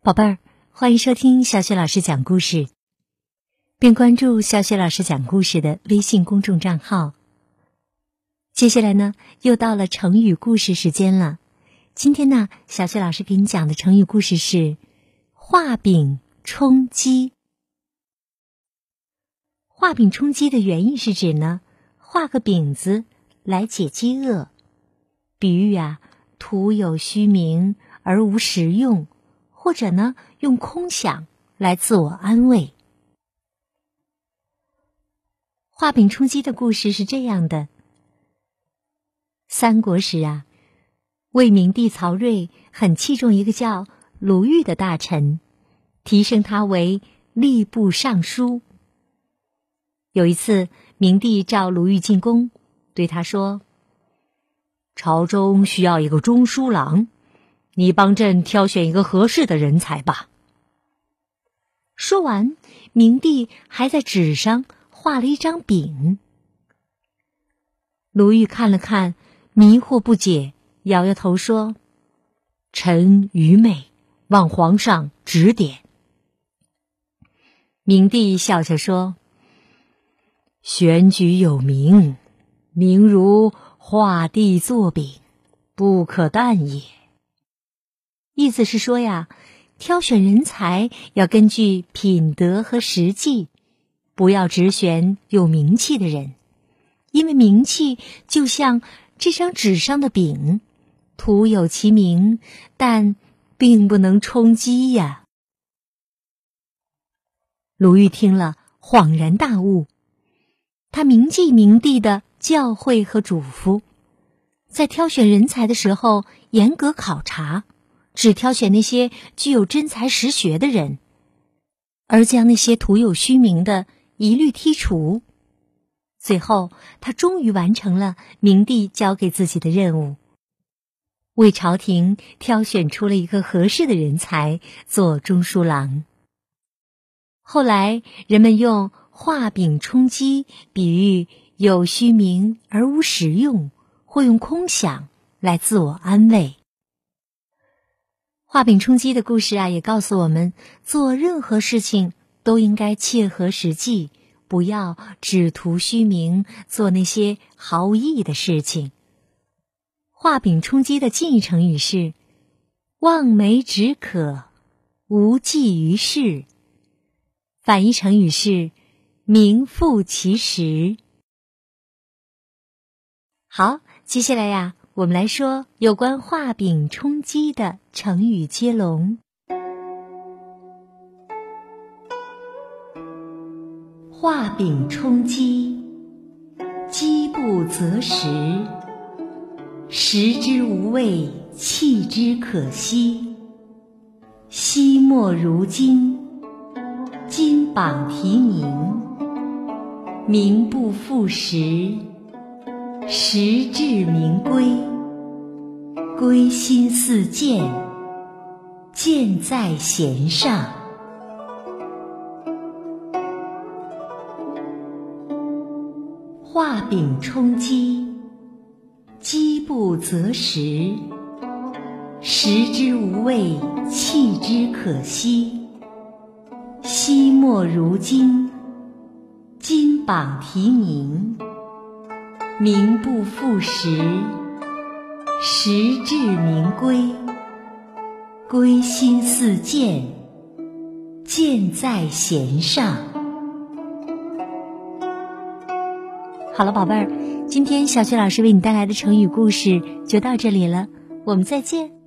宝贝儿，欢迎收听小雪老师讲故事，并关注小雪老师讲故事的微信公众账号。接下来呢，又到了成语故事时间了。今天呢，小雪老师给你讲的成语故事是画饼充饥。画饼充饥的原意是指呢，画个饼子来解饥饿，比喻徒有虚名而无实用，或者呢，用空想来自我安慰。画饼充饥的故事是这样的：三国时魏明帝曹睿很器重一个叫鲁豫的大臣，提升他为吏部尚书。有一次，明帝召鲁豫进宫，对他说：朝中需要一个中书郎，你帮朕挑选一个合适的人才吧。说完，明帝还在纸上画了一张饼。鲁豫看了看，迷惑不解，摇摇头说：臣愚昧，望皇上指点。明帝笑笑说：选举有名，名如画地作饼，不可怠也。意思是说挑选人才要根据品德和实际，不要只选有名气的人，因为名气就像这张纸上的饼，徒有其名，但并不能充饥呀。鲁豫听了恍然大悟，他铭记明帝的教诲和嘱咐，在挑选人才的时候严格考察，只挑选那些具有真才实学的人，而将那些徒有虚名的一律剔除。最后，他终于完成了明帝交给自己的任务，为朝廷挑选出了一个合适的人才做中书郎。后来，人们用画饼充饥比喻有虚名而无实用，或用空想来自我安慰。画饼充饥的故事也告诉我们，做任何事情都应该切合实际，不要只图虚名，做那些毫无意义的事情。画饼充饥的近义成语是望梅止渴，无济于事。反义成语是名副其实。好，接下来我们来说有关画饼充饥的成语接龙。画饼充饥，饥不择食，食之无味，弃之可惜。惜墨如金，金榜题名，名不副实，实至名归。归心似箭，箭在弦上。画饼充饥，饥不择食，食之无味，弃之可惜。惜墨如金，金榜题名，名不副实，实至名归。归心似箭，箭在弦上。好了，宝贝儿，今天小雪老师为你带来的成语故事就到这里了，我们再见。